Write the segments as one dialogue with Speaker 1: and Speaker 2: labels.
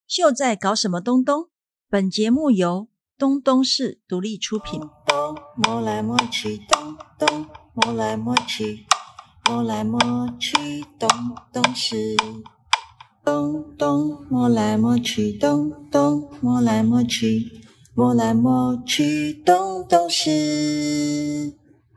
Speaker 1: 秀在搞什么东东？本节目由东东市独立出品。
Speaker 2: 东摸来摸去，东东摸来摸去，摸来摸去，东东市。东东摸来摸去，东东摸来摸去，摸来摸去，东东市。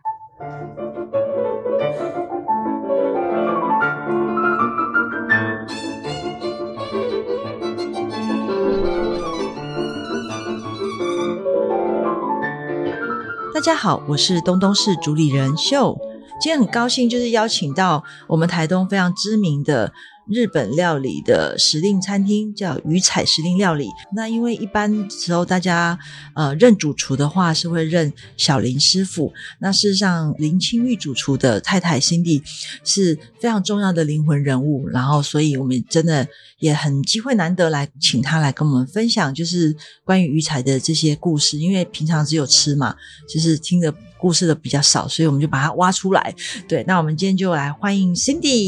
Speaker 1: 大家好，我是东东市主理人秀。今天很高兴就是邀请到我们台东非常知名的日本料理的时令餐厅，叫鱼彩时令料理。那因为一般时候大家认主厨的话是会认小林师傅，那事实上林清玉主厨的太太 Cindy 是非常重要的灵魂人物，然后所以我们真的也很机会难得来请他来跟我们分享就是关于鱼彩的这些故事，因为平常只有吃嘛，就是听的故事的比较少，所以我们就把它挖出来。对，那我们今天就来欢迎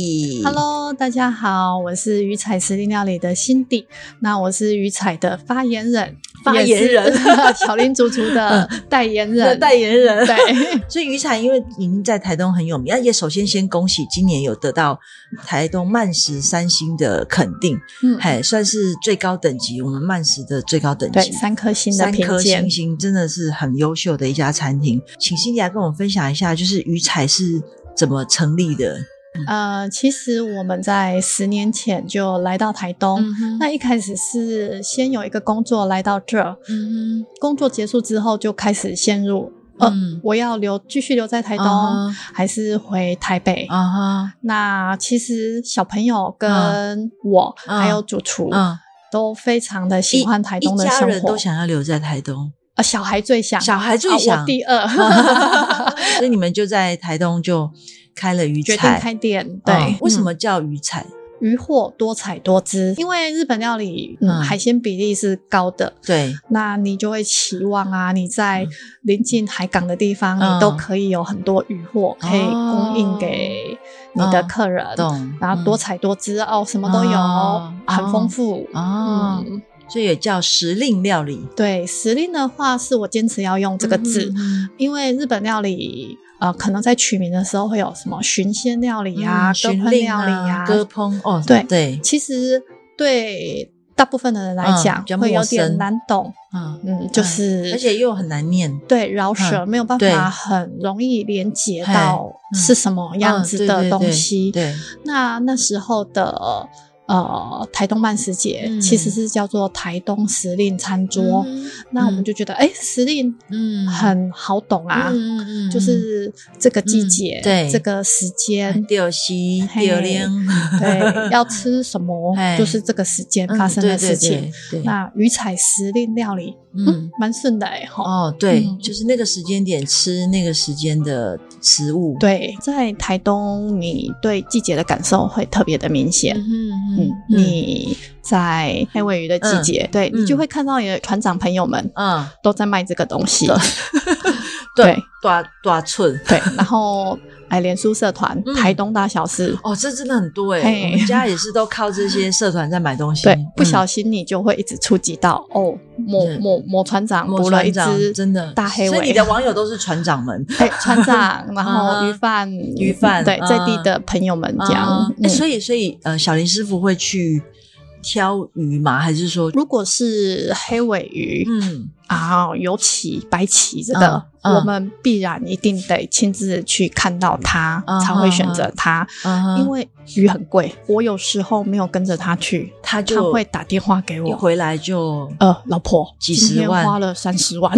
Speaker 1: Cindy。
Speaker 3: 大家好，我是鱼彩时令料理的 Cindy， 那我是鱼彩的发言人小林主厨的代言人对，
Speaker 1: 所以鱼彩因为已经在台东很有名，也首先恭喜今年有得到台东慢食3星的肯定，算是最高等级，我们慢食的最高等级，
Speaker 3: 对，3颗星的评鉴，
Speaker 1: 3颗星真的是很优秀的一家餐厅。请Cindy来跟我们分享一下就是鱼彩是怎么成立的。
Speaker 3: 其实我们在10年前就来到台东，那一开始是先有一个工作来到这儿，工作结束之后就开始陷入我要继续留在台东，还是回台北？那其实小朋友跟我还有主厨都非常的喜欢台东的生活，
Speaker 1: 一家人都想要留在台东。
Speaker 3: 小孩最想，
Speaker 1: 我
Speaker 3: 第二
Speaker 1: 所以你们就在台东就开了鱼彩，
Speaker 3: 决定开店。对，
Speaker 1: 为什么叫鱼彩？
Speaker 3: 渔获多彩多姿，因为日本料理海鲜比例是高的，
Speaker 1: 对，
Speaker 3: 那你就会期望你在临近海港的地方，你都可以有很多渔获可以供应给你的客人，然后多彩多姿什么都有，很丰富
Speaker 1: 所以也叫时令料理。
Speaker 3: 对，时令的话是我坚持要用这个字，因为日本料理可能在取名的时候会有什么旬鲜料理
Speaker 1: 旬
Speaker 3: 烹料理
Speaker 1: 割烹对，
Speaker 3: 其实对大部分的人来讲会有点难懂，就是
Speaker 1: 而且又很难念，
Speaker 3: 对，饶舌没有办法很容易连结到是什么样子的东西。
Speaker 1: 对，
Speaker 3: 那时候的台东慢食节其实是叫做台东时令餐桌，那我们就觉得时令很好懂就是这个季节，这个时间
Speaker 1: 钓溪钓鲢，
Speaker 3: 对，要吃什么就是这个时间发生的事情。那鱼彩时令料理蛮顺的
Speaker 1: 对，就是那个时间点吃那个时间的食物。
Speaker 3: 对，在台东你对季节的感受会特别的明显。你在黑尾鱼的季节，对，你就会看到你的船长朋友们都在卖这个东西。对，
Speaker 1: 大寸，
Speaker 3: 对，然后脸书社团台东大小事
Speaker 1: 这真的很多我们家也是都靠这些社团在买东西。
Speaker 3: 对，不小心你就会一直触及到某船长捕了一只真的大黑尾，
Speaker 1: 所以你的网友都是船长们，
Speaker 3: 船长，然后鱼贩，对，在地的朋友们这样。
Speaker 1: 所以小林师傅会去挑鱼吗？还是说
Speaker 3: 如果是黑尾鱼有鳍白鳍这个我们必然一定得亲自去看到它才会选择它，因为鱼很贵，我有时候没有跟着他去，他会打电话给我，
Speaker 1: 一回来就
Speaker 3: 老婆
Speaker 1: 几十万，
Speaker 3: 今天花了30万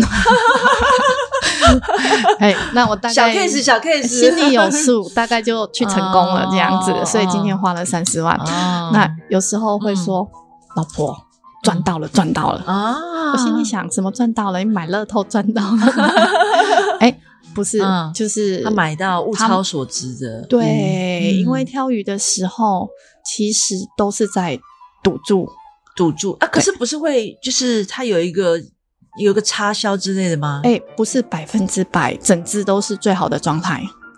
Speaker 3: 那我大概
Speaker 1: 小 case
Speaker 3: 心里有数，大概就去成功了这样子，所以今天花了30万。那有时候会说老婆赚到了我心里想什么赚到了？你买乐透赚到了不是就是
Speaker 1: 他买到物超所值的。
Speaker 3: 对，因为挑鱼的时候其实都是在赌注
Speaker 1: 可是不是会就是他有一个插销之类的吗？
Speaker 3: 不是100%整只都是最好的状态。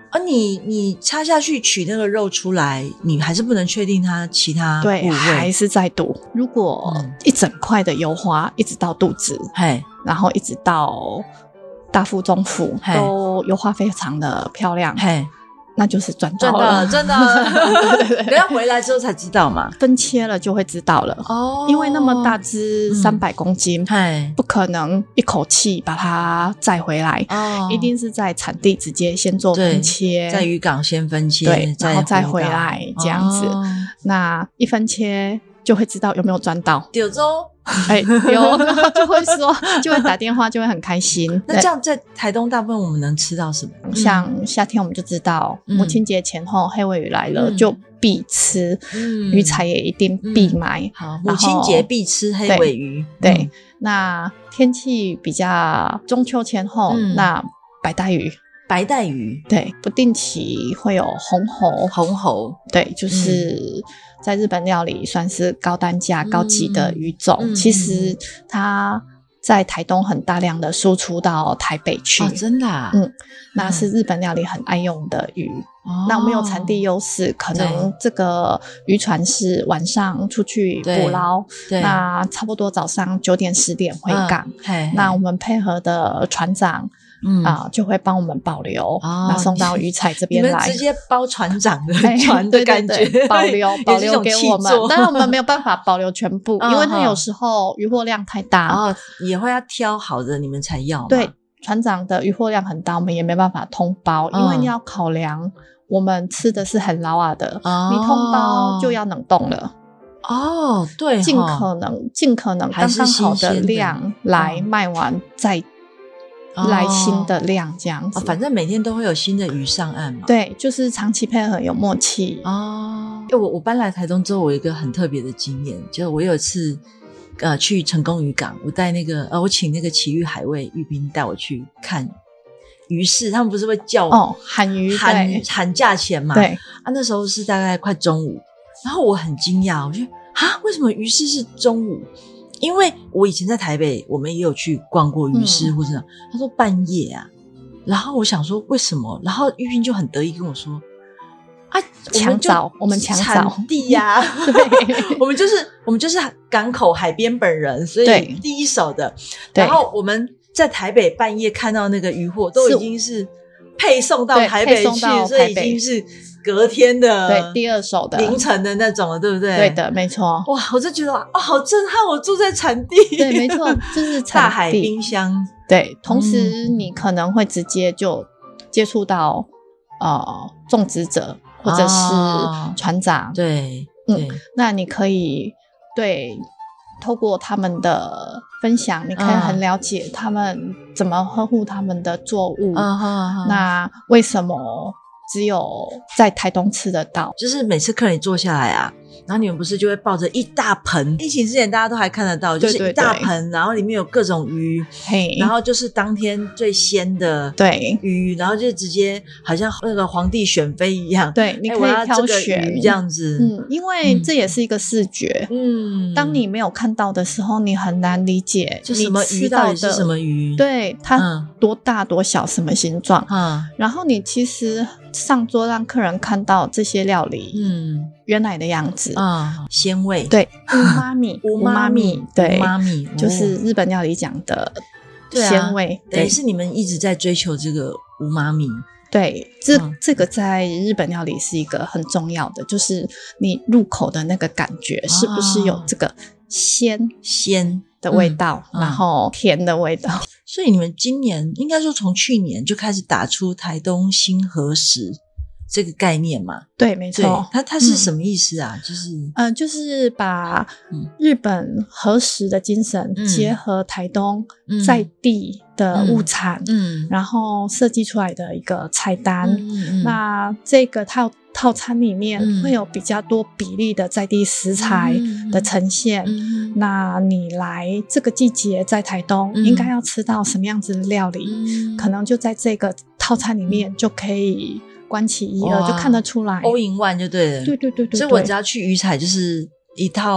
Speaker 1: 你插下去取那个肉出来，你还是不能确定它其他部位，
Speaker 3: 对，还是在肚。如果一整块的油花一直到肚子，然后一直到大腹中腹都油花非常的漂亮，那就是赚到了，
Speaker 1: 真的等下回来之后才知道嘛，
Speaker 3: 分切了就会知道了因为那么大只300公斤不可能一口气把它载回来一定是在产地直接先做分切，
Speaker 1: 在渔港先分切，
Speaker 3: 对，然后再回来这样子那一分切就会知道有没有赚到
Speaker 1: 有
Speaker 3: 有就会说就会打电话就会很开心
Speaker 1: 那这样在台东大部分我们能吃到什么
Speaker 3: 像夏天我们就知道母亲节前后黑鮪鱼来了就必吃鱼材也一定必买
Speaker 1: 好，母亲节必吃黑鮪鱼
Speaker 3: 对那天气比较中秋前后那白带鱼对不定期会有红喉对就是在日本料理算是高单价高级的鱼种其实它在台东很大量的输出到台北去
Speaker 1: 真的啊
Speaker 3: 那是日本料理很爱用的鱼那我们有产地优势可能这个渔船是晚上出去捕捞那差不多早上9点10点回港那我们配合的船长就会帮我们保留那送到渔采这边来，
Speaker 1: 你们直接包船长的船的感觉
Speaker 3: 对保留给我们但是我们没有办法保留全部因为它有时候渔获量太大
Speaker 1: 也会要挑好的你们才要
Speaker 3: 对船长的渔获量很大我们也没办法通包因为你要考量我们吃的是很老的你通包就要冷冻了
Speaker 1: 对
Speaker 3: 尽可能刚刚好的量来卖完再来新的量这样子
Speaker 1: 反正每天都会有新的鱼上岸嘛
Speaker 3: 对就是长期配合有默契
Speaker 1: 我搬来台东之后我有一个很特别的经验就是我有一次去成功渔港我带我请那个奇遇海味渔兵带我去看鱼市他们不是会叫
Speaker 3: 喊鱼
Speaker 1: 喊价钱嘛
Speaker 3: 对
Speaker 1: 那时候是大概快中午然后我很惊讶我觉得为什么鱼市是中午因为我以前在台北我们也有去逛过鱼市或者他说半夜然后我想说为什么然后玉斌就很得意跟我说
Speaker 3: 我们抢
Speaker 1: 产地对我们就是港口海边本人所以第一手的然后我们在台北半夜看到那个渔获都已经是配送到台北去所以已经是隔天的
Speaker 3: 对第二手的
Speaker 1: 凌晨的那种了对不对
Speaker 3: 对的没错
Speaker 1: 哇我就觉得好震撼我住在产地
Speaker 3: 对没错就是产地
Speaker 1: 大海冰箱
Speaker 3: 对同时你可能会直接就接触到种植者或者是船长
Speaker 1: 对
Speaker 3: 那你可以透过他们的分享你可以很了解他们怎么呵护他们的作物那为什么只有在台东吃得到
Speaker 1: 就是每次客人坐下来然后你们不是就会抱着一大盆疫情之前大家都还看得到就是一大盆然后里面有各种鱼然后就是当天最鲜的鱼然后就直接好像那个皇帝选妃一样
Speaker 3: 对你可以挑选
Speaker 1: 这样子
Speaker 3: 因为这也是一个视觉当你没有看到的时候你很难理解
Speaker 1: 就什么鱼到底是什么鱼
Speaker 3: 对它多大多小什么形状然后你其实上桌让客人看到这些料理原来的样子
Speaker 1: 鲜味
Speaker 3: 对乌妈咪对就是日本料理讲的鲜味
Speaker 1: 等于是你们一直在追求这个乌妈咪
Speaker 3: 对这个在日本料理是一个很重要的就是你入口的那个感觉是不是有这个鲜的味道然后甜的味道
Speaker 1: 所以你们今年应该说从去年就开始打出台东新和食这个概念嘛
Speaker 3: 对没错
Speaker 1: 它是什么意思
Speaker 3: 就是把日本和食的精神结合台东在地的物产然后设计出来的一个菜单那这个套餐里面会有比较多比例的在地食材的呈现那你来这个季节在台东应该要吃到什么样子的料理可能就在这个套餐里面就可以观其一二就看得出来
Speaker 1: all in one 就对了
Speaker 3: 对所
Speaker 1: 以我只要去渔采就是一套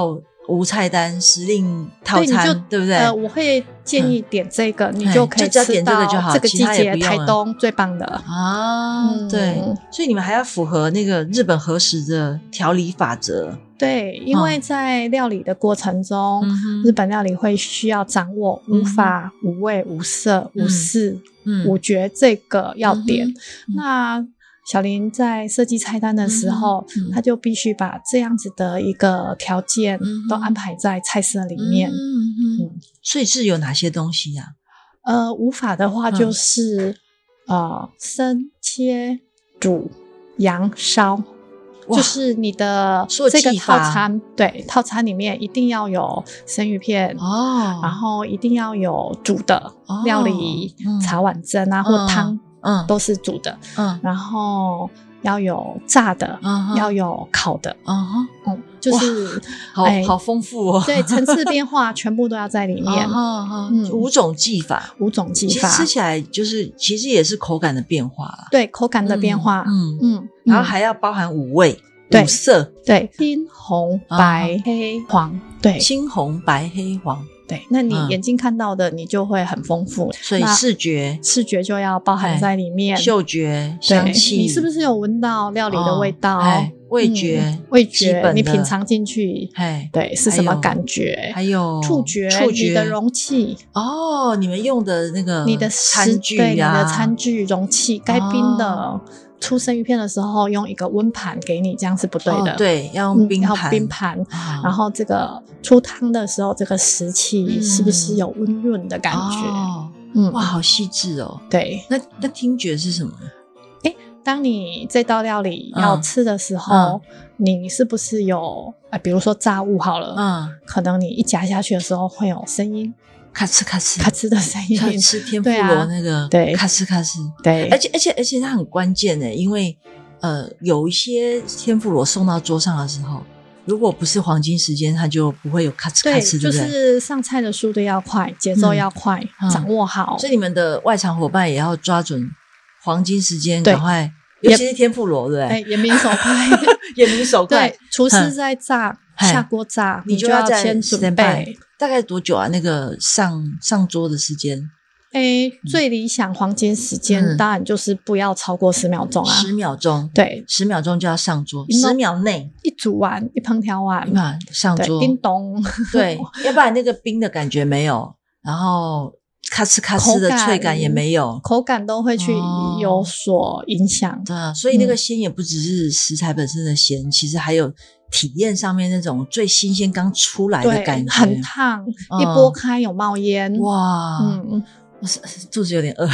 Speaker 1: 无菜单时令套餐，对不对？
Speaker 3: 我会建议点这个，你就可以吃到这个季节台东最棒的
Speaker 1: 啊。对，所以你们还要符合那个日本和食的调理法则。
Speaker 3: 对，因为在料理的过程中，日本料理会需要掌握五法、五味、五色、五识、五觉这个要点。那小林在设计菜单的时候，他就必须把这样子的一个条件都安排在菜色里面。
Speaker 1: 所以是有哪些东西呀？
Speaker 3: 五法的话就是生、切、煮、扬、烧。就是你的这个套餐，对，套餐里面一定要有生鱼片然后一定要有煮的料理，茶碗蒸啊或汤，都是煮的，然后要有炸的，要有烤的，就是
Speaker 1: 好丰富哦。
Speaker 3: 对，层次变化全部都要在里面。
Speaker 1: 5种技法
Speaker 3: ，5种技法，
Speaker 1: 吃起来就是其实也是口感的变化啦。
Speaker 3: 对，口感的变化，
Speaker 1: 然后还要包含5味、5色，
Speaker 3: 对，青、红、白、黑、黄，对，
Speaker 1: 青、红、白、黑、黄。
Speaker 3: 对，那你眼睛看到的你就会很丰富，
Speaker 1: 所以视觉
Speaker 3: 就要包含在里面，
Speaker 1: 嗅觉、香气，
Speaker 3: 你是不是有闻到料理的味道？
Speaker 1: 味觉，
Speaker 3: 你品尝进去，对，是什么感觉？
Speaker 1: 还有
Speaker 3: 触觉，你的容器
Speaker 1: 你们用的那个
Speaker 3: 你的
Speaker 1: 餐具
Speaker 3: 对，你的餐具容器该冰的。出生鱼片的时候用一个温盘给你，这样是不对的。
Speaker 1: 对，要用冰
Speaker 3: 盘。然后这个出汤的时候，这个食器是不是有温润的感觉？
Speaker 1: 哇，好细致哦。
Speaker 3: 对，
Speaker 1: 那听觉是什么？
Speaker 3: 当你这道料理要吃的时候，你是不是有比如说炸物好了，可能你一夹下去的时候会有声音。
Speaker 1: 咔哧咔哧
Speaker 3: 咔哧的声音，
Speaker 1: 像吃天妇罗那个
Speaker 3: 对
Speaker 1: 咔哧咔哧，
Speaker 3: 对，
Speaker 1: 而且它很关键的，因为有一些天妇罗送到桌上的时候，如果不是黄金时间，它就不会有咔哧咔哧，对不对？
Speaker 3: 就是上菜的速度要快，节奏要快，掌握好。
Speaker 1: 所以你们的外场伙伴也要抓准黄金时间，赶快，尤其是天妇罗，对不对？
Speaker 3: 眼明手快，
Speaker 1: 眼明手快。
Speaker 3: 对，厨师在炸，下锅炸，
Speaker 1: 你
Speaker 3: 就要先准备。
Speaker 1: 大概多久啊？那个上桌的时间？
Speaker 3: 最理想黄金时间当然就是不要超过10秒钟啊
Speaker 1: ！10秒钟，
Speaker 3: 对
Speaker 1: ，10秒钟就要上桌，10秒内
Speaker 3: 一煮完，一烹调完，
Speaker 1: 上桌，
Speaker 3: 叮咚，
Speaker 1: 对，要不然那个冰的感觉没有，然后咔哧咔哧的脆感也没有，
Speaker 3: 口感都会去有所影响。
Speaker 1: 对啊，所以那个鲜也不只是食材本身的鲜，其实还有体验上面那种最新鲜刚出来的感觉，
Speaker 3: 很烫，一拨开有冒烟，
Speaker 1: 哇，肚子有点饿，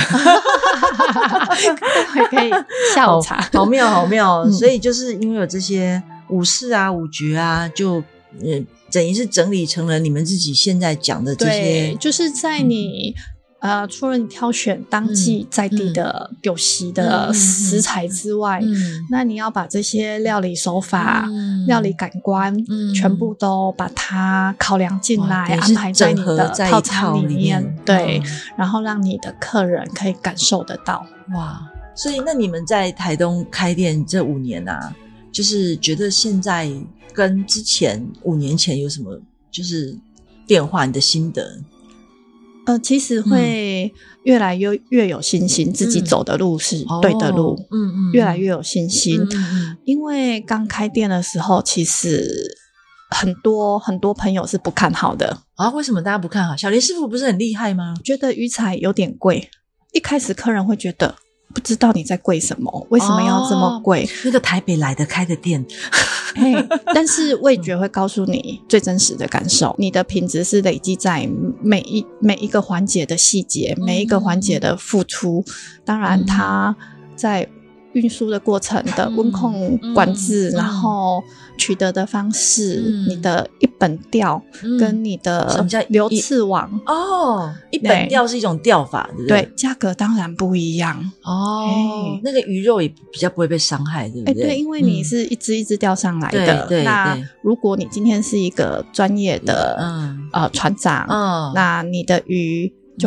Speaker 3: 可以下午茶，
Speaker 1: 好妙好妙。所以就是因为有这些5识啊、5觉啊，就等于是整理成了你们自己现在讲的这些，
Speaker 3: 对，就是在你除了你挑选当季在地的有席的食材之外，那你要把这些料理手法、料理感官全部都把它考量进来，安排在你的套餐里面，对，然后让你的客人可以感受得到。
Speaker 1: 哇！所以那你们在台东开店这5年啊，就是觉得现在跟之前5年前有什么就是变化？你的心得？
Speaker 3: 其实会越来越有信心，自己走的路是对的路，越来越有信心。因为刚开店的时候，其实很多朋友是不看好的
Speaker 1: 啊。为什么大家不看好？小林师傅不是很厉害吗？
Speaker 3: 觉得鱼材有点贵，一开始客人会觉得不知道你在贵什么，为什么要这么贵？
Speaker 1: 那个台北来的开的店。
Speaker 3: 但是味觉会告诉你最真实的感受，你的品质是累积在每一个环节的细节，每一个环节的付出。当然它在运输的过程的温控管制，然后取得的方式，你的一本钓跟你的流刺网
Speaker 1: 一本钓是一种钓法，对不对？
Speaker 3: 对，价格当然不一样
Speaker 1: 那个鱼肉也比较不会被伤害，对不对？
Speaker 3: 对，因为你是一只一只钓上来的，
Speaker 1: 对，
Speaker 3: 那如果你今天是一个专业的船长，那你的鱼就会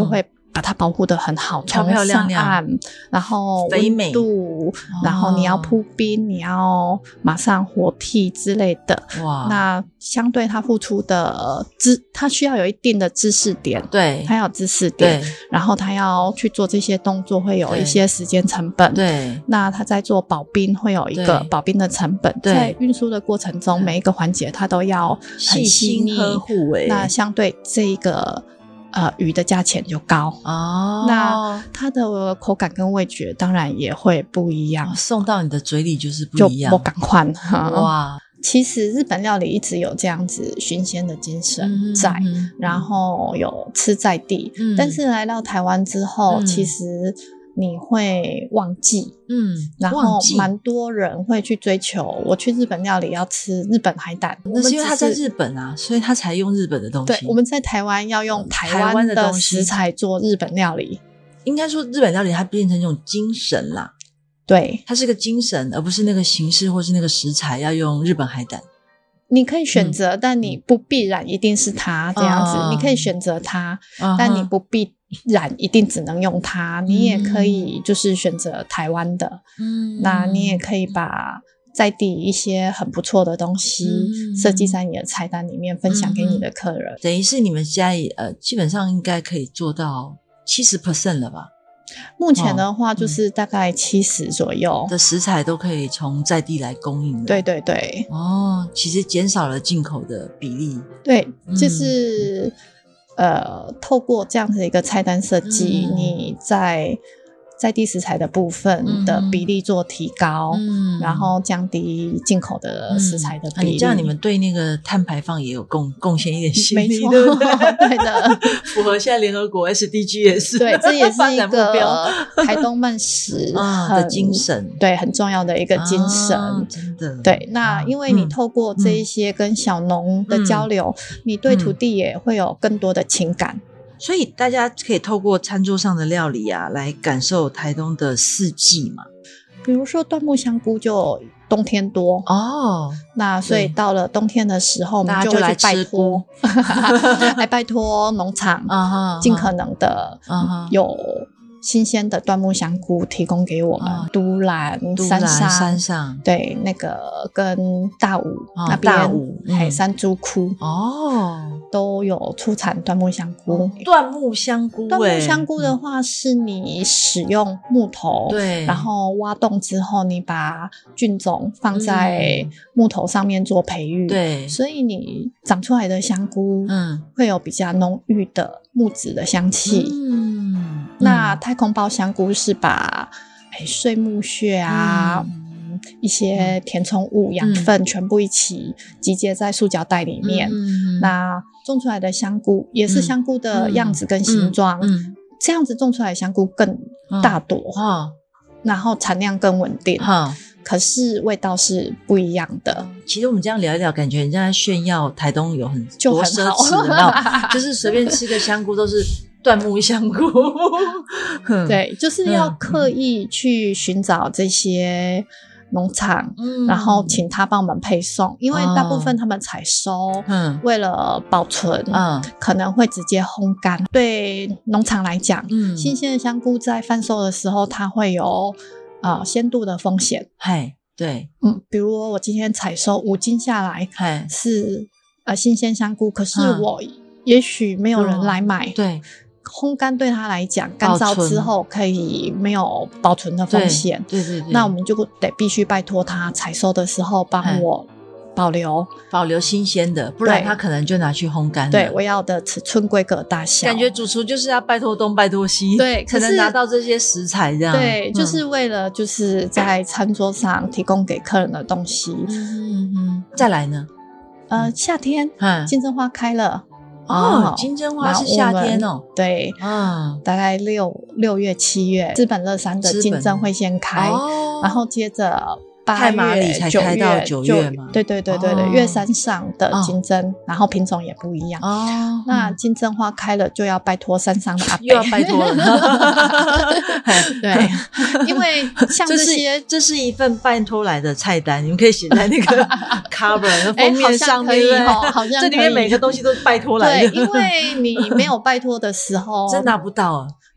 Speaker 3: 把它保护得很好，
Speaker 1: 漂漂亮亮，
Speaker 3: 从上岸，然后温度，然后你要铺冰，你要马上活替之类的。哇，那相对它付出的它需要有一定的知识点，
Speaker 1: 对，
Speaker 3: 它要有知识点，然后它要去做这些动作会有一些时间成本，
Speaker 1: 对，
Speaker 3: 那它在做保冰会有一个保冰的成本，在运输的过程中每一个环节它都要很细腻
Speaker 1: 呵护，
Speaker 3: 那相对这一个鱼的价钱就高哦，那它的口感跟味觉当然也会不一样，
Speaker 1: 送到你的嘴里就是不一样，
Speaker 3: 就不赶快
Speaker 1: 哇。
Speaker 3: 其实日本料理一直有这样子寻鲜的精神在，然后有吃在地，但是来到台湾之后，其实你会忘记，然后蛮多人会去追求，我去日本料理要吃日本海胆，
Speaker 1: 那是因为他在日本啊，所以他才用日本的东西。
Speaker 3: 对，我们在台湾要用台湾的食材做日本料理，
Speaker 1: 应该说日本料理它变成一种精神啦。
Speaker 3: 对，
Speaker 1: 它是个精神，而不是那个形式或是那个食材要用日本海胆。
Speaker 3: 你可以选择，但你不必然一定是它这样子。你可以选择它，但你不必然一定只能用它。你也可以就是选择台湾的，那你也可以把在地一些很不错的东西设计在你的菜单里面，分享给你的客人。
Speaker 1: 等于是你们家里基本上应该可以做到 70% 了吧？
Speaker 3: 目前的话就是大概70左右
Speaker 1: 的食材都可以从在地来供应的。
Speaker 3: 对对对，
Speaker 1: 其实减少了进口的比例。
Speaker 3: 对，就是透过这样子一个菜单设计，你在地食材的部分的比例做提高，然后降低进口的食材的比例。
Speaker 1: 这样你们对那个碳排放也有贡献一点心力，
Speaker 3: 没错，
Speaker 1: 对不对？
Speaker 3: 对的，
Speaker 1: 符合现在联合国 SDG 也是，
Speaker 3: 对，这也是一个台东慢食
Speaker 1: 的精神，
Speaker 3: 对，很重要的一个精神，
Speaker 1: 真的。
Speaker 3: 对，那因为你透过这一些跟小农的交流，你对土地也会有更多的情感。
Speaker 1: 所以大家可以透过餐桌上的料理啊，来感受台东的四季嘛。
Speaker 3: 比如说椴木香菇就冬天多那所以到了冬天的时候，我们就会去拜托，来拜托农场，尽可能的有新鲜的椴木香菇提供给我们。都兰山上，对，那个跟大武那边山猪窟都有出产椴木香菇。
Speaker 1: 椴木香菇
Speaker 3: 的话是你使用木头，
Speaker 1: 对，
Speaker 3: 然后挖洞之后你把菌种放在木头上面做培育，
Speaker 1: 对，
Speaker 3: 所以你长出来的香菇会有比较浓郁的木质的香气。那太空包香菇是把碎木屑啊一些填充物养分全部一起集结在塑胶袋里面，那种出来的香菇也是香菇的样子跟形状，这样子种出来的香菇更大朵，然后产量更稳定，可是味道是不一样的。
Speaker 1: 其实我们这样聊一聊，感觉人家在炫耀台东有很多奢侈的，就是随便吃个香菇都是椴木香菇。
Speaker 3: 对，就是要刻意去寻找这些农场，然后请他帮我们配送，因为大部分他们采收，为了保存，可能会直接烘干。对农场来讲，新鲜的香菇在贩售的时候，它会有鲜度的风险。
Speaker 1: 对，
Speaker 3: 比如我今天采收5斤下来，是新鲜香菇，可是我也许没有人来买，
Speaker 1: 对。
Speaker 3: 烘干对他来讲，干燥之后可以没有保存的风险。对，那我们就得必须拜托他采收的时候帮我保留
Speaker 1: 新鲜的，不然他可能就拿去烘干了。
Speaker 3: 对，我要的尺寸规格大小。
Speaker 1: 感觉主厨就是要拜托东拜托西，
Speaker 3: 对，
Speaker 1: 才能拿到这些食材这样。
Speaker 3: 对，就是为了就是在餐桌上提供给客人的东西。
Speaker 1: 再来呢？
Speaker 3: 夏天金针花开了。
Speaker 1: 金针花是夏天
Speaker 3: 对，大概6月7月，资本乐山的金针会先开，然后接着
Speaker 1: 太麻里才开到9月嘛。
Speaker 3: 对，月山上的金针，然后品种也不一样。那金针花开了就要拜托山上的阿伯，
Speaker 1: 又要拜托了。
Speaker 3: 对，因为像
Speaker 1: 这是一份拜托来的菜单，你们可以写在那个 cover 封面上面，
Speaker 3: 好像
Speaker 1: 这里面每个东西都是拜托来的。
Speaker 3: 对，因为你没有拜托的时候，
Speaker 1: 真拿不到。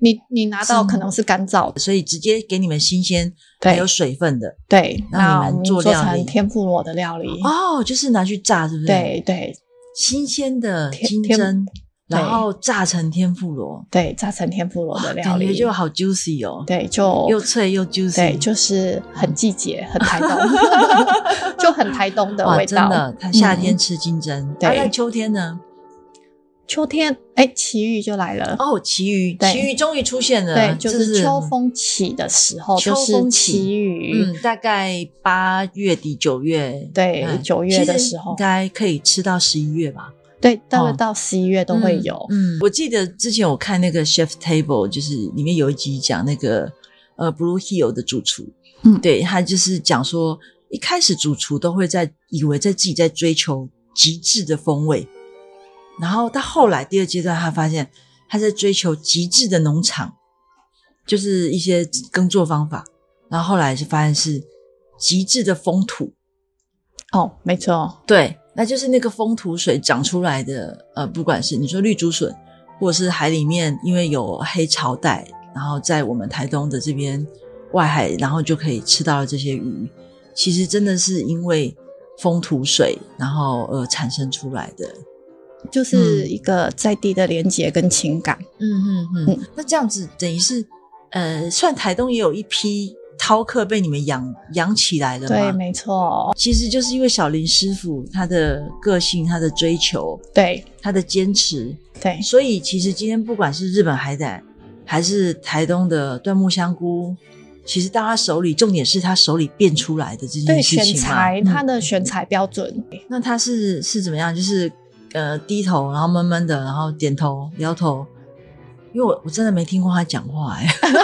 Speaker 3: 你拿到可能是干燥的，
Speaker 1: 所以直接给你们新鲜还有水分的。
Speaker 3: 对，
Speaker 1: 那你们做料理
Speaker 3: 成天妇罗的料理
Speaker 1: 就是拿去炸，是不是？
Speaker 3: 对对，
Speaker 1: 新鲜的金针，然后炸成天妇罗，
Speaker 3: 对，炸成天妇罗的料理，
Speaker 1: 感觉就好 juicy 哦。
Speaker 3: 对，就
Speaker 1: 又脆又 juicy，
Speaker 3: 对，就是很季节，很台东，就很台东的味道。
Speaker 1: 真的，它夏天吃金针，
Speaker 3: 对。
Speaker 1: 那秋天呢？
Speaker 3: 秋天，旗鱼就来了
Speaker 1: 旗鱼终于出现了，
Speaker 3: 对，就是秋风起的时候，就是旗鱼，
Speaker 1: 大概8月底9月，
Speaker 3: 对，9月的时候，
Speaker 1: 应该可以吃到11月吧。
Speaker 3: 对，大概到11月都会有。
Speaker 1: 我记得之前我看那个 Chef Table， 就是里面有一集讲那个Blue Hill 的主厨，对，他就是讲说，一开始主厨都会以为自己在追求极致的风味，然后到后来第二阶段，他发现他在追求极致的农场，就是一些耕作方法，然后后来就发现是极致的风土。
Speaker 3: 没错，
Speaker 1: 对。那就是那个风土水长出来的，不管是你说绿竹笋，或者是海里面因为有黑潮带，然后在我们台东的这边外海，然后就可以吃到这些鱼，其实真的是因为风土水然后产生出来的，
Speaker 3: 就是一个在地的连结跟情感。
Speaker 1: 那这样子等于是算台东也有一批饕客被你们养起来了吗？
Speaker 3: 对，没错。
Speaker 1: 其实就是因为小林师傅他的个性，他的追求，
Speaker 3: 对，
Speaker 1: 他的坚持，
Speaker 3: 对，
Speaker 1: 所以其实今天不管是日本海胆还是台东的椴木香菇，其实到他手里，重点是他手里变出来的这件事情嘛。
Speaker 3: 对，选材，他的选材标准。
Speaker 1: 那他是怎么样？就是低头，然后闷闷的，然后点头摇头。因为我真的没听过他讲话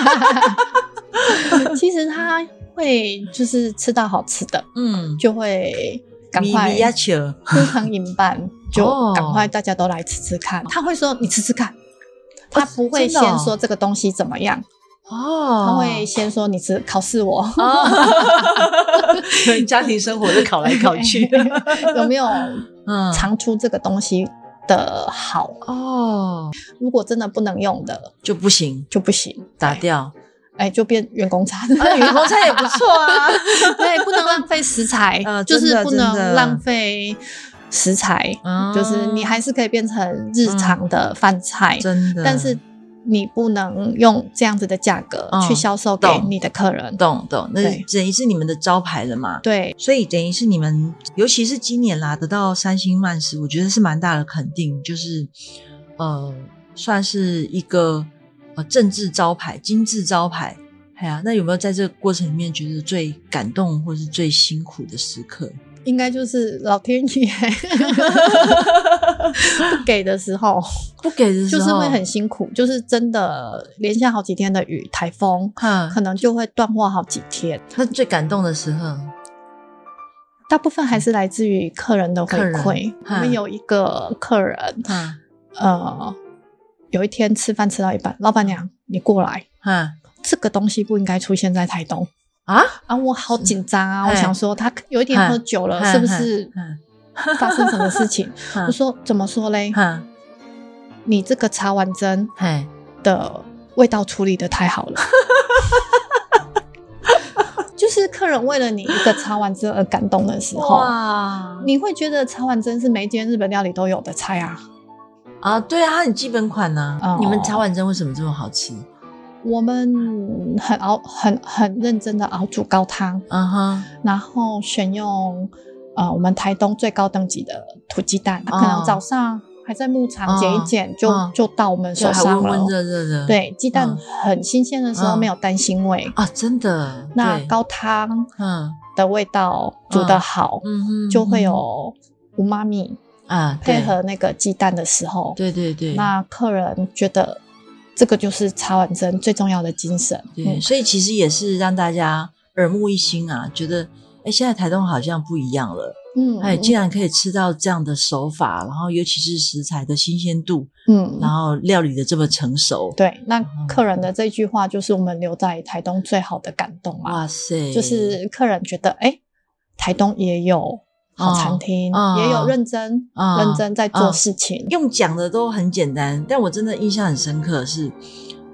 Speaker 3: 其实他会就是吃到好吃的，就会赶快非常引伴，就赶快大家都来吃吃看。他会说你吃吃看，他不会先说这个东西怎么样。他会先说你考试我
Speaker 1: 家庭生活就考来考去
Speaker 3: 有没有尝出这个东西的好如果真的不能用的
Speaker 1: 就不行，打掉，
Speaker 3: 就变员工餐
Speaker 1: 员工餐也不错啊
Speaker 3: 对，不能浪费食材就是不能浪费食材就是你还是可以变成日常的饭菜
Speaker 1: 真的，
Speaker 3: 但是你不能用这样子的价格去销售给你的客人。
Speaker 1: 懂，那等于是你们的招牌了嘛。
Speaker 3: 对，
Speaker 1: 所以等于是你们，尤其是今年啦，得到3星慢食，我觉得是蛮大的肯定，就是算是一个政治招牌、金字招牌。那有没有在这个过程里面觉得最感动或是最辛苦的时刻？
Speaker 3: 应该就是老天爷不给的时候就是会很辛苦，就是真的连下好几天的雨台风可能就会断货好几天。
Speaker 1: 那最感动的时候
Speaker 3: 大部分还是来自于客人的回馈。我们有一个客人有一天吃饭吃到一半，老板娘你过来这个东西不应该出现在台东我好紧张我想说他有一点喝酒了是不是发生什么事情我说怎么说嘞你这个茶碗蒸的味道处理得太好了就是客人为了你一个茶碗蒸而感动的时候你会觉得茶碗蒸是每一间日本料理都有的菜
Speaker 1: 对它很基本款你们茶碗蒸为什么这么好吃？
Speaker 3: 我们很认真的熬煮高汤然后选用我们台东最高等级的土鸡蛋可能早上还在牧场剪一剪就到我们手上了，
Speaker 1: 还温温热热的。
Speaker 3: 对，鸡蛋很新鲜的时候没有担腥味
Speaker 1: 真的。
Speaker 3: 那高汤的味道煮得好就会有乌妈咪配合那个鸡蛋的时候
Speaker 1: 对，
Speaker 3: 那客人觉得这个就是茶碗蒸最重要的精神。
Speaker 1: 对，所以其实也是让大家耳目一新觉得现在台东好像不一样了竟然可以吃到这样的手法，然后尤其是食材的新鲜度然后料理的这么成熟。
Speaker 3: 对，那客人的这句话就是我们留在台东最好的感动
Speaker 1: 哇塞，
Speaker 3: 就是客人觉得台东也有好餐厅也有认真在做事情
Speaker 1: 用讲的都很简单，但我真的印象很深刻是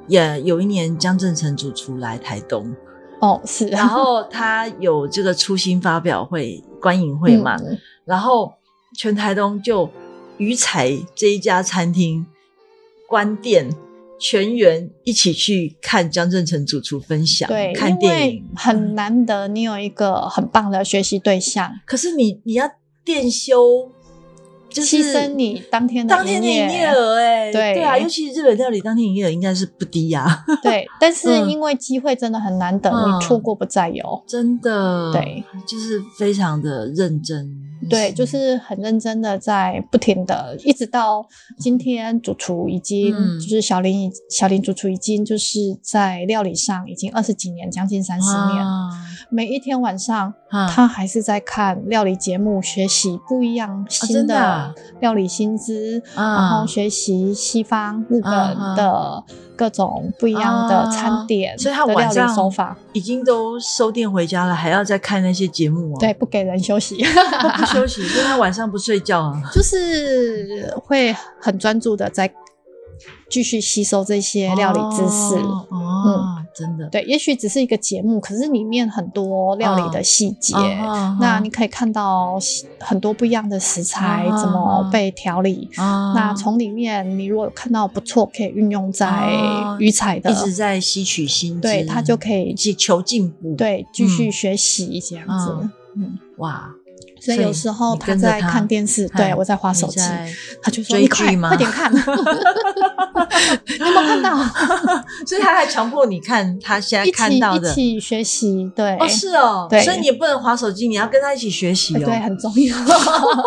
Speaker 1: 也有一年江正成主厨来台东
Speaker 3: 是，
Speaker 1: 然后他有这个初心发表会观影会嘛，然后全台东就鱼彩这一家餐厅关店，全员一起去看江正成主厨分享，
Speaker 3: 对，
Speaker 1: 看电影，
Speaker 3: 因为很难得你有一个很棒的学习对象，
Speaker 1: 可是你要店休，就是
Speaker 3: 牺牲你当天的营
Speaker 1: 业额对啊，尤其日本料理当天营业额应该是不低啊。
Speaker 3: 对，但是因为机会真的很难得，你错过不再有，
Speaker 1: 真的，
Speaker 3: 对，
Speaker 1: 就是非常的认真。
Speaker 3: 对，就是很认真的在不停的，一直到今天主厨已经就是小林主厨已经就是在料理上已经20几年，将近30年，每一天晚上他还是在看料理节目，学习不一样新的料理新知，然后学习西方日本的各种不一样的餐点，
Speaker 1: 所以他晚上手法已经都收店回家了，还要再看那些节目
Speaker 3: 对，不给人休息
Speaker 1: 不休息，所以他晚上不睡觉
Speaker 3: 就是会很专注的在继续吸收这些料理知识
Speaker 1: 真的，
Speaker 3: 对，也许只是一个节目，可是里面很多料理的细节，那你可以看到很多不一样的食材怎么被调理，那从里面你如果有看到不错，可以运用在鱼彩的，
Speaker 1: 一直在吸取新知，
Speaker 3: 对，他就可以
Speaker 1: 求进步，
Speaker 3: 对，继续学习这样子，
Speaker 1: 哇。
Speaker 3: 所以有时候他在看电视，对，我在滑手机，他就说
Speaker 1: 追剧吗？
Speaker 3: 快点看你有没有看到
Speaker 1: 所以他还强迫你看他现在看到的，
Speaker 3: 一起学习，对，
Speaker 1: 是哦，
Speaker 3: 对，
Speaker 1: 所以你也不能滑手机，你要跟他一起学习
Speaker 3: 对，很重要不然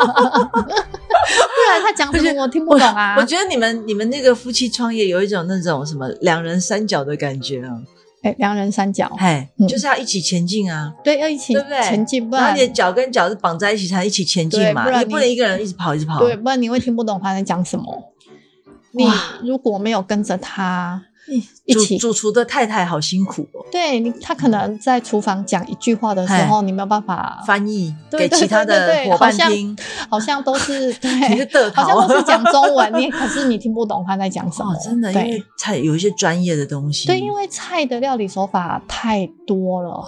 Speaker 3: 他讲什么我听不懂啊。
Speaker 1: 我觉得你们那个夫妻创业有一种那种什么两人三角的感觉啊，
Speaker 3: 两人三角，
Speaker 1: 就是要一起前进啊，
Speaker 3: 对，要一起前进，不然
Speaker 1: 你的脚跟脚是绑在一起才能一起前进嘛，也不能一个人一直跑，对，
Speaker 3: 不然你会听不懂他在讲什么。你如果没有跟着他一起，
Speaker 1: 主厨的太太好辛苦哦。
Speaker 3: 对，他可能在厨房讲一句话的时候，你没有办法
Speaker 1: 翻译给其他的伙伴听，
Speaker 3: 好像都是对，
Speaker 1: 好
Speaker 3: 像都是讲中文，可是你听不懂他在讲什么。
Speaker 1: 真的，因为菜有一些专业的东西。
Speaker 3: 对，因为菜的料理手法太多了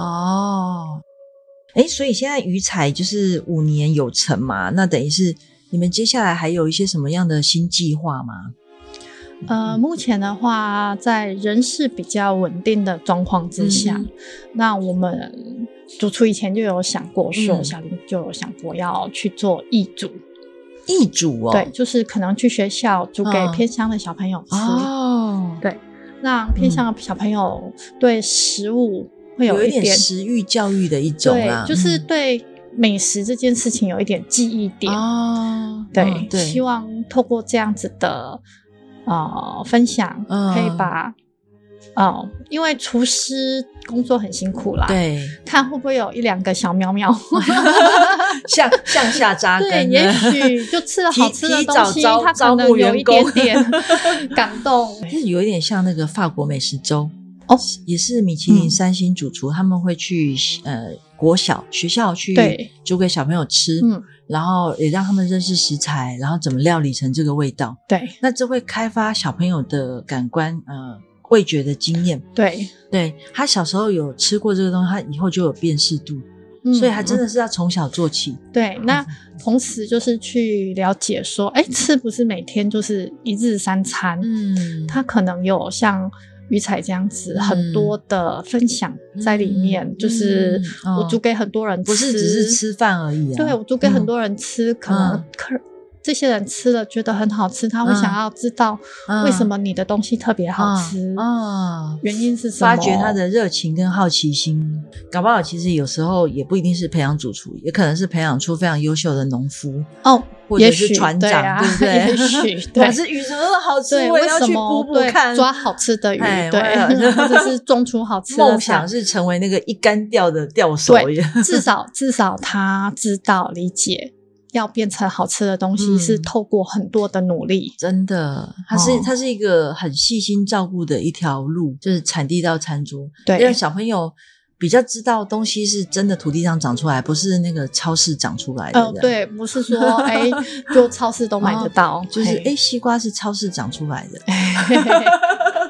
Speaker 1: 所以现在鱼彩就是5年有成嘛，那等于是你们接下来还有一些什么样的新计划吗？
Speaker 3: 目前的话，在人事比较稳定的状况之下，那我们主厨以前就有想过说，小林就有想过要去做义煮。
Speaker 1: 义煮
Speaker 3: 对，就是可能去学校煮给偏乡的小朋友吃对，让偏乡的小朋友对食物会有一点
Speaker 1: 食欲教育的一种啦，
Speaker 3: 对，就是对美食这件事情有一点记忆点对，希望透过这样子的分享可以把因为厨师工作很辛苦啦，
Speaker 1: 对，
Speaker 3: 看会不会有1-2个小喵喵
Speaker 1: 向下扎根，
Speaker 3: 对，也许就吃了好吃的东西，他可能有一点点感动，
Speaker 1: 就是有一点像那个法国美食周也是米其林3星主厨，他们会去国小学校去煮给小朋友吃，然后也让他们认识食材，然后怎么料理成这个味道。
Speaker 3: 对，
Speaker 1: 那这会开发小朋友的感官味觉的经验。对，他小时候有吃过这个东西，他以后就有辨识度，所以他真的是要从小做起。
Speaker 3: 对，那同时就是去了解说，吃不是每天就是一日3餐，他可能有像鱼彩这样子很多的分享在里面，就是我煮给很多人吃，
Speaker 1: 不是只是吃饭而已
Speaker 3: 对，我煮给很多人吃，可能这些人吃了觉得很好吃，他会想要知道为什么你的东西特别好吃原因是什么，
Speaker 1: 发掘他的热情跟好奇心。搞不好其实有时候也不一定是培养主厨，也可能是培养出非常优秀的农夫或者是船长， 对不对？
Speaker 3: 也许对，
Speaker 1: 可是鱼怎么那么好吃，我也要去补补看，
Speaker 3: 抓好吃的鱼，对，或者是种出好吃的
Speaker 1: 梦想是成为那个一竿钓的钓手，
Speaker 3: 至少他知道理解要变成好吃的东西是透过很多的努力，
Speaker 1: 真的，它是一个很细心照顾的一条路，就是产地到餐桌，对，让小朋友比较知道东西是真的土地上长出来，不是那个超市长出来的。
Speaker 3: 对，不是说就超市都买得到，
Speaker 1: 就是西瓜是超市长出来的。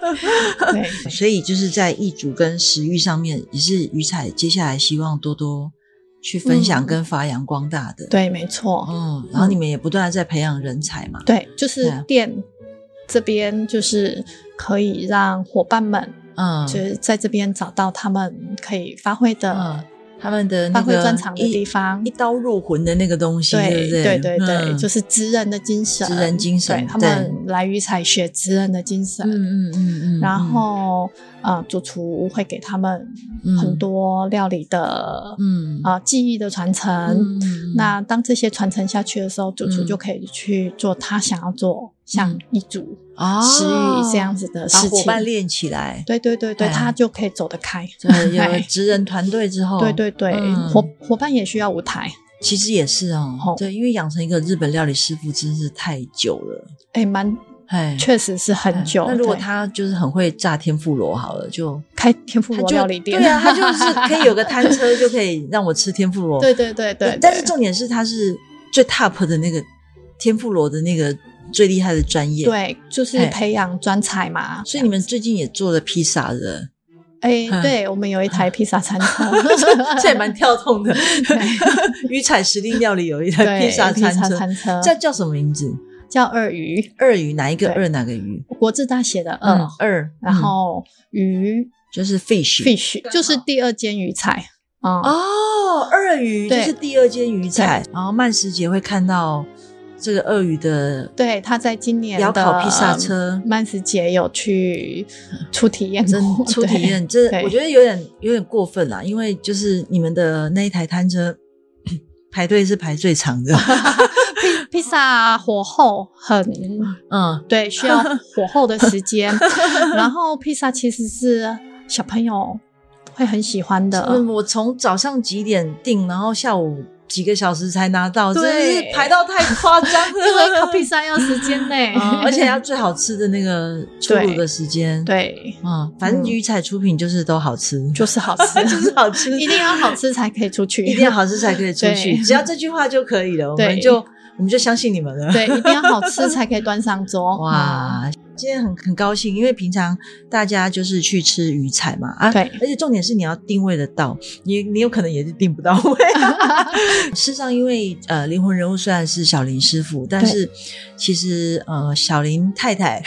Speaker 3: 对，
Speaker 1: 所以就是在易主跟食育上面，也是鱼彩接下来希望多多去分享跟发扬光大的。
Speaker 3: 对，没错。
Speaker 1: 然后你们也不断的在培养人才嘛。
Speaker 3: 对，就是店这边就是可以让伙伴们，就是在这边找到他们可以发挥的。
Speaker 1: 他们的那个
Speaker 3: 发挥专长的地方，
Speaker 1: 一刀入魂的那个东西，对不对？
Speaker 3: 对对对，就是职人的精神，
Speaker 1: 职人精神。
Speaker 3: 对，他们来鱼彩学职人的精神。然后主厨会给他们很多料理的技艺的传承。那当这些传承下去的时候，主厨就可以去做他想要做像一组食育这样子的事情，
Speaker 1: 把伙伴练起来。
Speaker 3: 对对对对，他就可以走得开。
Speaker 1: 有了职人团队之后，
Speaker 3: 对对对，伙伴也需要舞台。
Speaker 1: 其实也是对，因为养成一个日本料理师傅真是太久了，确
Speaker 3: 实是很久。
Speaker 1: 那如果他就是很会炸天妇罗好了，就
Speaker 3: 开天妇罗料理店。
Speaker 1: 对啊，他就是可以有个摊车，就可以让我吃天妇罗。
Speaker 3: 对对对对。
Speaker 1: 但是重点是他是最 top 的那个天妇罗的那个最厉害的专业。
Speaker 3: 对，就是培养专才嘛。
Speaker 1: 所以你们最近也做了披萨的。
Speaker 3: 对，我们有一台披萨餐车，
Speaker 1: 这也蛮跳动的。鱼彩时令料理有一台披萨餐车，这叫什么名字？
Speaker 3: 叫二鱼。
Speaker 1: 二鱼哪一个二哪个鱼？
Speaker 3: 国字大写的
Speaker 1: 二，
Speaker 3: 然后鱼
Speaker 1: 就是 fish，
Speaker 3: 就是第二间鱼彩。
Speaker 1: 二鱼就是第二间鱼彩。然后曼食节会看到这个二鱼的，
Speaker 3: 对，他在今年的
Speaker 1: 窑烤披萨车
Speaker 3: 曼食节有去出体验过，
Speaker 1: 出体验，这我觉得有点过分啦，因为就是你们的那一台摊车排队是排最长的。
Speaker 3: 披萨火候很对，需要火候的时间。然后披萨其实是小朋友会很喜欢的。
Speaker 1: 我从早上几点订，然后下午几个小时才拿到，真的是排到太夸张了。
Speaker 3: 因为烤披萨要时间呢，
Speaker 1: 而且要最好吃的那个出炉的时间。
Speaker 3: 对，
Speaker 1: 反正鱼彩出品就是都好吃，
Speaker 3: 就是好吃，
Speaker 1: 就是好吃，
Speaker 3: 一定要好吃才可以出去，
Speaker 1: 一定要好吃才可以出去，只要这句话就可以了，我们就相信你们了。
Speaker 3: 对，一定要好吃才可以端上桌。
Speaker 1: 哇，今天很高兴，因为平常大家就是去吃鱼彩嘛，
Speaker 3: 对，
Speaker 1: 而且重点是你要定位得到，你有可能也是定不到位。事实上，因为灵魂人物虽然是小林师傅，但是其实小林太太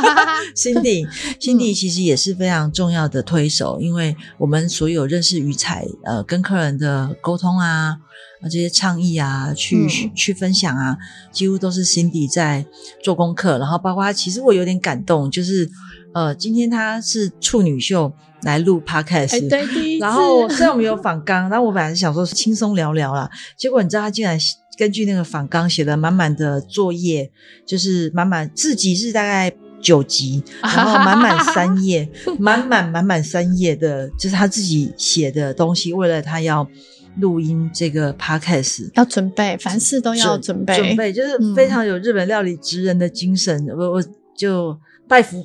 Speaker 1: Cindy 其实也是非常重要的推手，因为我们所有认识鱼彩跟客人的沟通啊，这些倡议啊，去分享啊，几乎都是 Cindy 在做功课。然后包括其实我有点感动，就是今天她是处女秀来录 podcast，
Speaker 3: 对，第一次。
Speaker 1: 然后虽然我们有访纲，然后我本来是想说轻松聊聊啦，结果你知道她竟然根据那个访纲写了满满的作业，就是满满自己是大概9集，然后满满3页，满满3页的，就是她自己写的东西，为了她要录音这个 podcast
Speaker 3: 要准备，凡事都要准备，
Speaker 1: 就是非常有日本料理职人的精神。我就拜服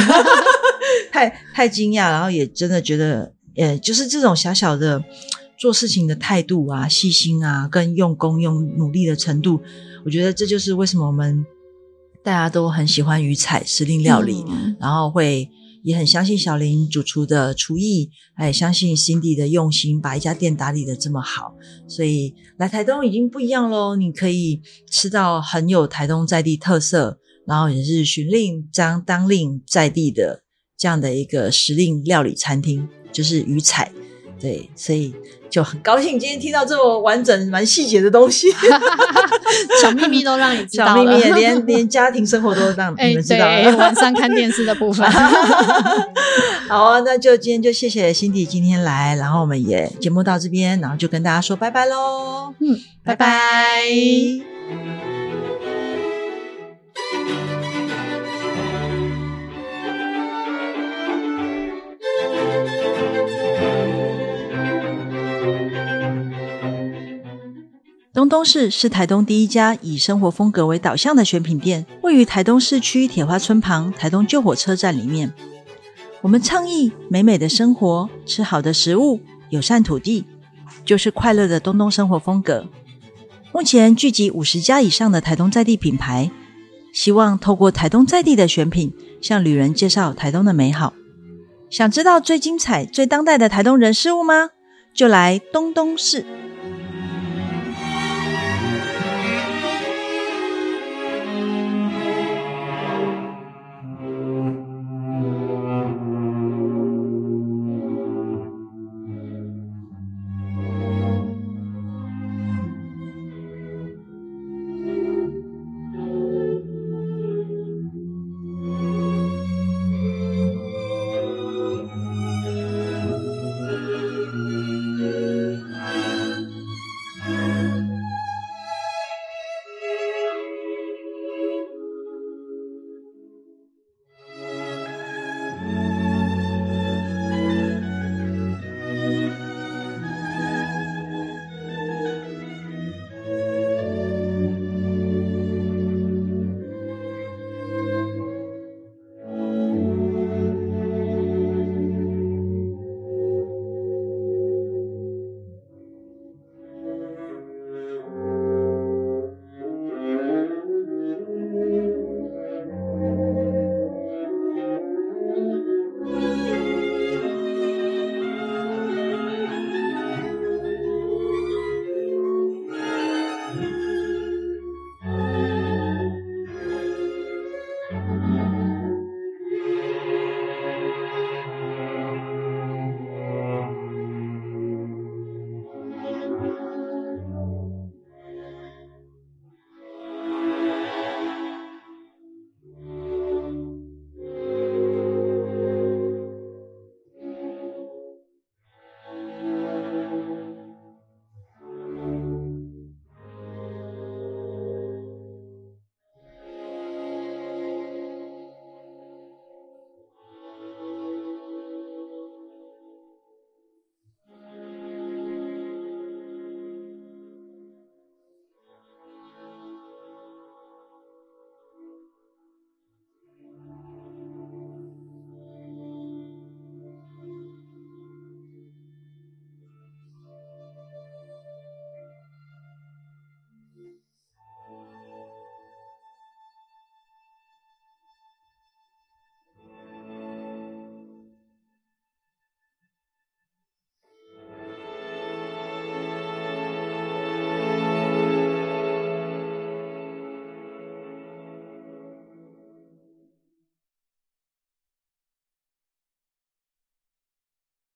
Speaker 1: 太惊讶，然后也真的觉得就是这种小小的做事情的态度啊，细心啊，跟用功用努力的程度，我觉得这就是为什么我们大家都很喜欢鱼彩时令料理，然后也很相信小林主厨的厨艺，也相信 Cindy 的用心，把一家店打理得这么好。所以来台东已经不一样咯，你可以吃到很有台东在地特色，然后也是巡令当令在地的这样的一个时令料理餐厅，就是鱼彩。对，所以就很高兴今天听到这么完整蛮细节的东西。
Speaker 3: 小秘密都让你知道了，
Speaker 1: 小秘密连家庭生活都让你们知道了。
Speaker 3: 对，晚上看电视的部分。
Speaker 1: 好啊，那就今天就谢谢 Cindy 今天来，然后我们也节目到这边，然后就跟大家说拜拜咯。拜拜。东东市是台东第一家以生活风格为导向的选品店，位于台东市区铁花村旁台东旧火车站里面。我们倡议美美的生活，吃好的食物，友善土地，就是快乐的东东生活风格。目前聚集50家以上的台东在地品牌， 希望透过台东在地的选品，向旅人介绍台东的美好。想知道最精彩、最当代的台东人事物吗？就来东东市。